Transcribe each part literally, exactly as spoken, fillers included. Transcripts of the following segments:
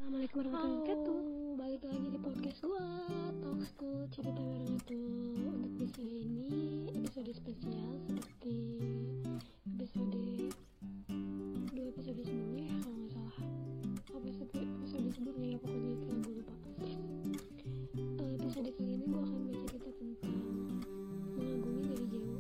Assalamualaikum warahmatullahi wabarakatuh. Balik lagi di podcast gua, Talksku Cerita Bareng Itu. Untuk di sini episode spesial seperti episode dua episode sebelumnya ya, kalau nggak salah. Apa episode episode sebelumnya ya, pokoknya itu yang gue lupa. Uh, episode kali ini gua akan bercerita tentang mengagumi dari jauh.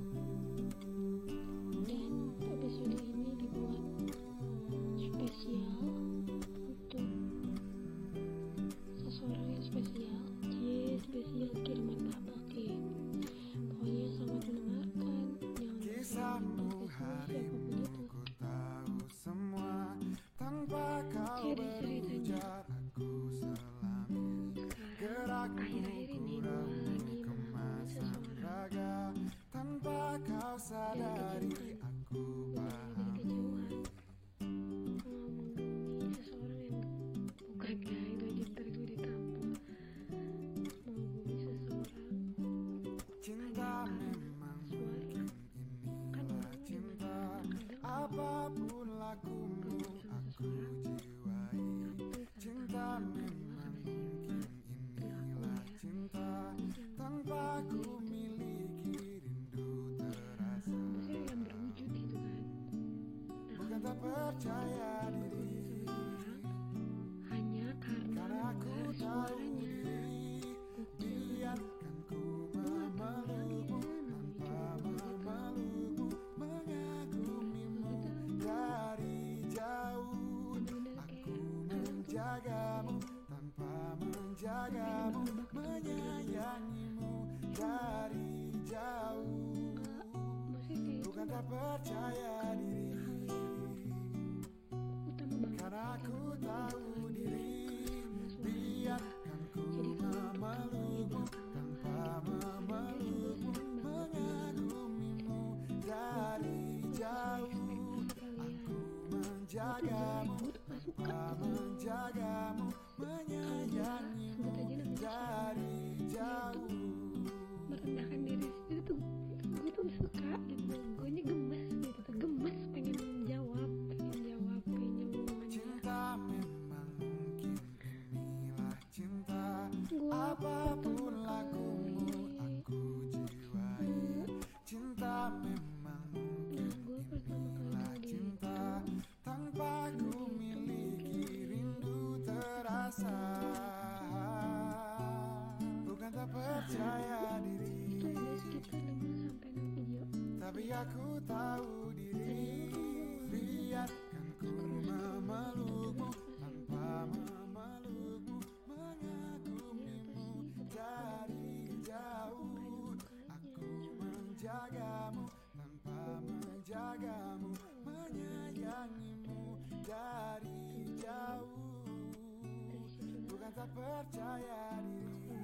Dan episode ini dibuat spesial untuk seseorang yang spesial. Cie, spesial kiriman kabar ke. Pokoknya selamat mendengarkan. Jangan Kisahmu harimu ku tahu semua, tanpa kau berujar aku selami. Gerakku kurang kemasan raga, tanpa kau sadari aku paham. Cinta memang mungkin inilah cinta, apapun lakumu aku jiwai. Cinta memang mungkin inilah cinta, tanpa ku miliki rindu terasa. Bukan tak percaya diri, hanya karena aku tahu diri. Biarkan ku memelukmu tanpa memelukmu, mengagumimu dari jauh. Aku menjagamu tanpa menjagamu, menyayangimu dari jauh. Bukan tak percaya diri, karena aku tahu diri. Biarkan ku memelukmu tanpa memelukmu, mengagumimu dari jauh. Aku menjagamu tanpa menjagamu, menyayangimu dari jauh. Merendahkan diri itu tuh gue tuh suka gitu, gue nya gemes gitu tuh, gemes pengen jawab, pengen jawab, pengen ngomong. Cinta memang mungkin inilah cinta, Gua apapun lakumu aku jiwai. Cinta memang mungkin inilah cinta, tanpa ku miliki rindu terasa. Bukan tak percaya diri, Kita lima sampai enam video. tapi aku tahu diri. Biarkan ku memelukmu tanpa memelukmu, mengagumimu dari jauh. Aku menjagamu tanpa menjagamu, menyayangimu dari jauh. Bukan tak percaya diri,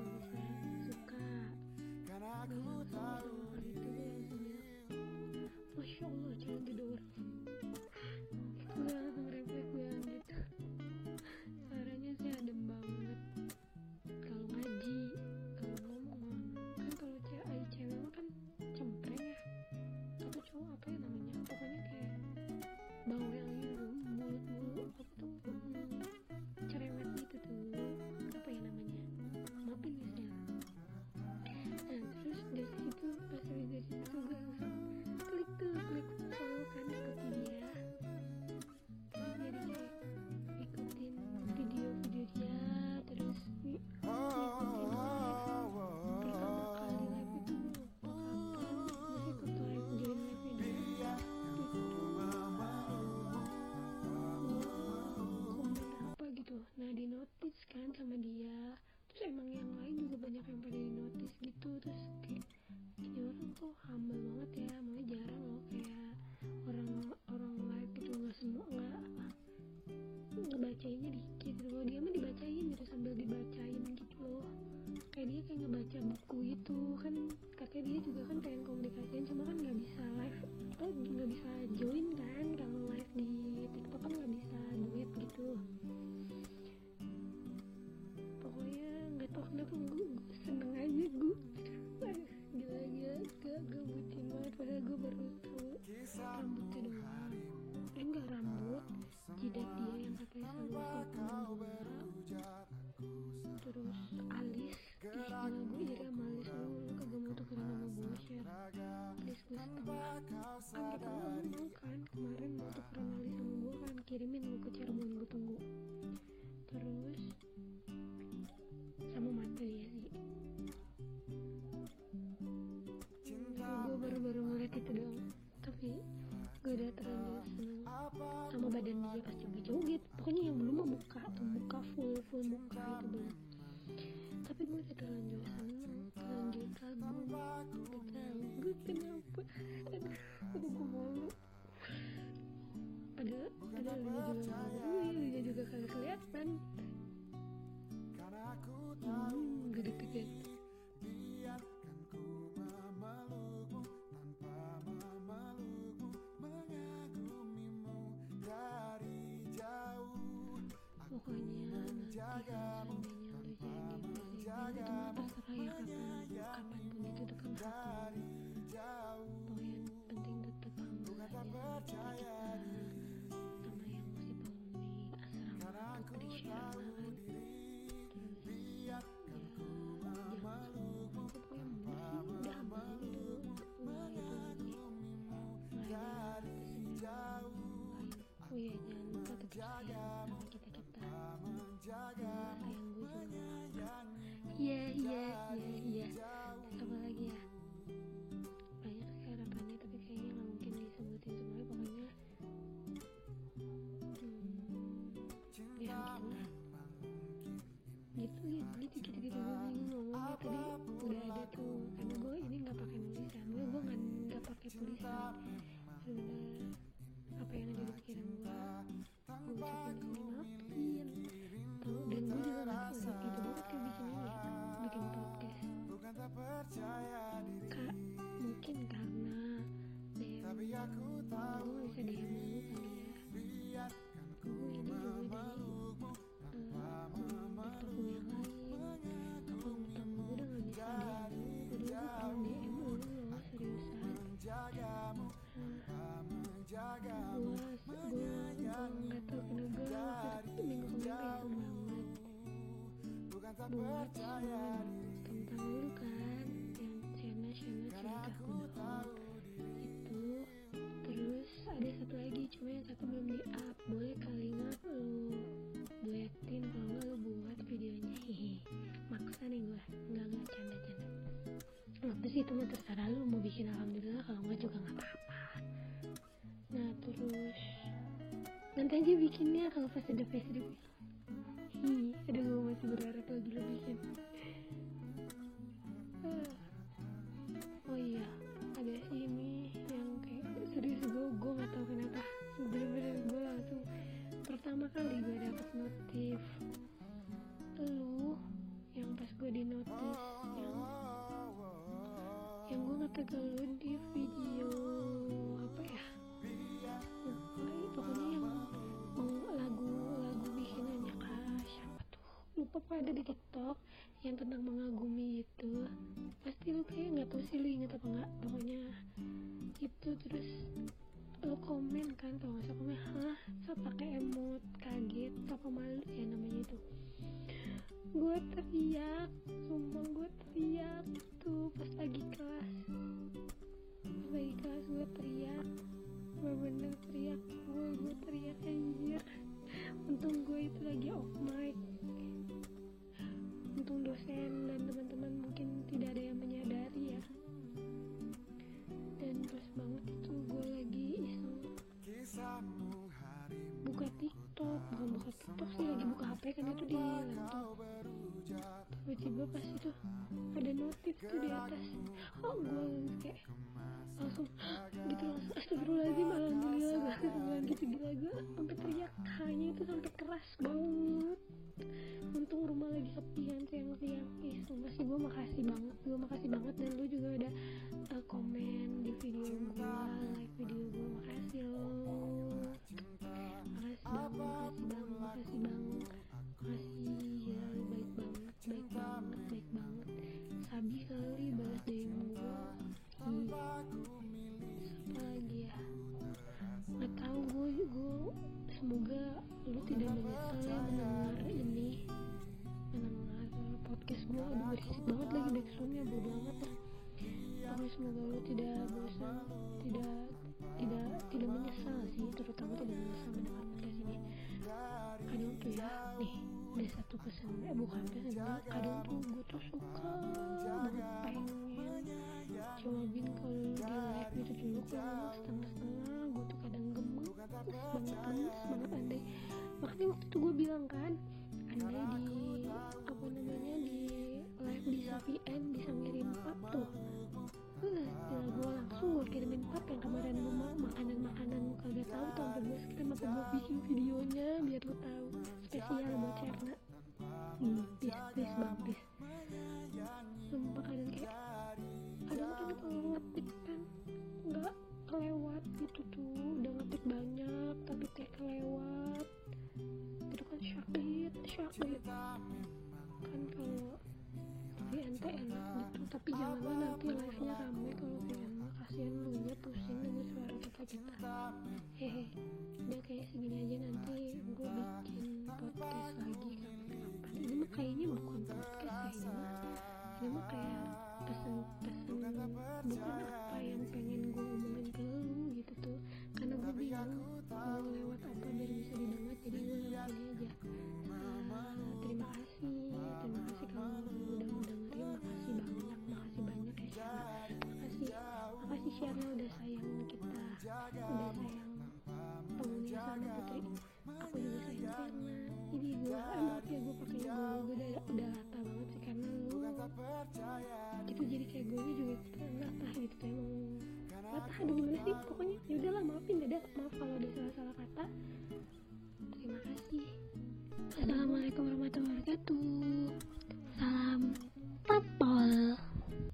karena aku tahu diri. Masya Allah, jangan gitu orang. Itu banget ngerefleks banget. Suaranya sih adem banget. Kalau ngaji, kalau ngomong mah, kan kalau cewek cewek mah kan cempreng ya. Atau cowok apa ya namanya? Pokoknya kayak bawel gitu, mulut mulut apa tuh, hmm, cerewet gitu tuh. Apa ya namanya? Maafin ya saya. Nah terus dari situ pas dari situ gue langsung klik tuh klik follow kan, ikutin dia. Terus jadi kayak ikutin video-video dia, terus nih Oh, oh, oh, pertama kali oh. live itu kapan terus ikut live join live video Biarkan ku memelukmu. komen apa gitu. Nah di notice kan sama dia, terus emang yang lain juga banyak yang pada di notice gitu. Terus kayak ini orang kok humble banget ya, malah jarang loh kayak orang orang live gitu, nggak semua nggak ngebacainnya dikit gitu loh. Dia mah dibacain gitu, sambil dibacain gitu loh, kayak dia kayak ngebaca buku itu kan. Katanya dia juga kan pengen komunikasiin, cuma kan nggak bisa live atau nggak bisa join kan, kalau live di TikTok kan nggak bisa duet gitu. Pokoknya nggak tau kenapa gue, gue seneng aja gue. Aduh, gila-gila, gak, gue bucin banget. Padahal gue baru tahu rambutnya doang. Eh enggak, rambut jidat dia yang katanya selalu foto. terlanjur seneng, terlanjur kagum, gak tau gue kenapa. Aduh, aduh gue malu. Padahal, padahal dia juga ngomong, dia juga kagak kelihatan. Hmm, gue deg-degan. Biarkan ku memelukmu tanpa memelukmu, mengagumimu dari jauh. Pokoknya nanti kalau seandainya lu jadi presiden itu mah terserah ya, kapan kapanpun itu dekat hati. Pokoknya penting tetap hamil aja sama kita, sama yang masih belum di asrama atau perisyaraan. Terus ya jangan pokoknya mundur sih, udah hamil itu mulai itu lagi mulai oh iya jangan lupa tetap sayang sama kita kita sayang gue juga. Iya iya iya iya apa lagi ya, banyak sih harapannya tapi kayaknya nggak mungkin disebutin semuanya. Pokoknya hmm, ya gitu lah gitu gitu gitu gitu gue bingung ngomongnya. Tadi udah ada tuh karena gue ini nggak pakai nulisan, gue gue nggak nggak pakai tulisan sebenarnya. Apa yang ada di pikiran gue gue ucapin ini maafin tau, dan gue juga gak tau gitu banget kayak bikin ini ya, bikin podcast. Kak, mungkin karena D M gue gak bisa D M dulu kali ya. Gue ini juga dari uh, akun gue yang lain, akun utama gue udah gak bisa D M dulu. Padahal gue pengen D M dulu loh, seriusan. Gue gue nggak tahu kenapa minggu kemarin pengen banget buat tentang lu kan, yang Shana Shana cerita kodok itu. Terus ada satu lagi cuma yang satu belum di up, boleh kali nggak lu duetin, kalau nggak lu buat videonya. Hehe, maksa nih gue, nggak nggak canda canda. Apa sih itu mah terserah lu mau bikin, alhamdulillah, kalau nggak juga nggak apa-apa. Nah terus nanti aja bikinnya kalau pas ada P S D B. Hi, aduh gue masih berharap lagi lo bikin. uh. Oh iya, ada ini yang kayak serius, gue gue nggak tahu kenapa bener-bener gue langsung pertama kali gue dapet notif lu yang pas gue di notis yang yang gue nge-tag lu di video apa ya, pokoknya yang lagu-lagu bikinannya kak siapa tuh, lupa, apa ada di TikTok yang tentang mengagumi itu. Pasti lu kayak nggak tahu sih lu inget apa nggak, pokoknya itu. Terus lu komen kan, kalau nggak salah komen hah, so pakai emot kaget apa malu ya namanya itu. Gue teriak, sumpah gue teriak tuh pas lagi kelas, pas lagi kelas gue teriak, bener-bener teriak, gue gue teriak anjir. Untung gue itu lagi off mic, untung dosen dan teman-teman mungkin tidak ada yang menyadari ya. Dan pas banget itu gue lagi iseng buka TikTok, bukan buka TikTok sih, lagi buka H P kan itu di laptop. Tiba-tiba pas itu ada notif tuh di atas, oh gue kayak langsung gitu, langsung astagfirullahaladzim, alhamdulillah gue gitu, gila gue sampai teriak hanya itu sampai keras banget. Untung rumah lagi sepi kan, tiang-tiang. Ih sumpah sih gue makasih banget, gue makasih banget. Dan lu juga udah uh, komen di video gue, like video gue, makasih lo, makasih banget, makasih banget, makasih banget, makasih ya, lu baik banget, baik banget, baik banget. Sabi kali balas D M gue. Ih, apa lagi ya, nggak tahu gue gue semoga lu tidak menyesal ya mendengar ini, mendengar podcast gue. Aduh berisik banget lagi backsoundnya, bodo amat lah. Pokoknya semoga lu tidak bosan, tidak tidak tidak menyesal sih, terutama tidak menyesal mendengar podcast ini. Kadang tuh ya nih ada satu pesan, eh bukan pesan, kadang tuh gue tuh suka banget pengen cobain kalau di live gitu dulu, kalau setengah-setengah gue tuh kadang gemes banget, gemes banget andai. Makanya waktu itu gue bilang kan, andai di apa namanya di live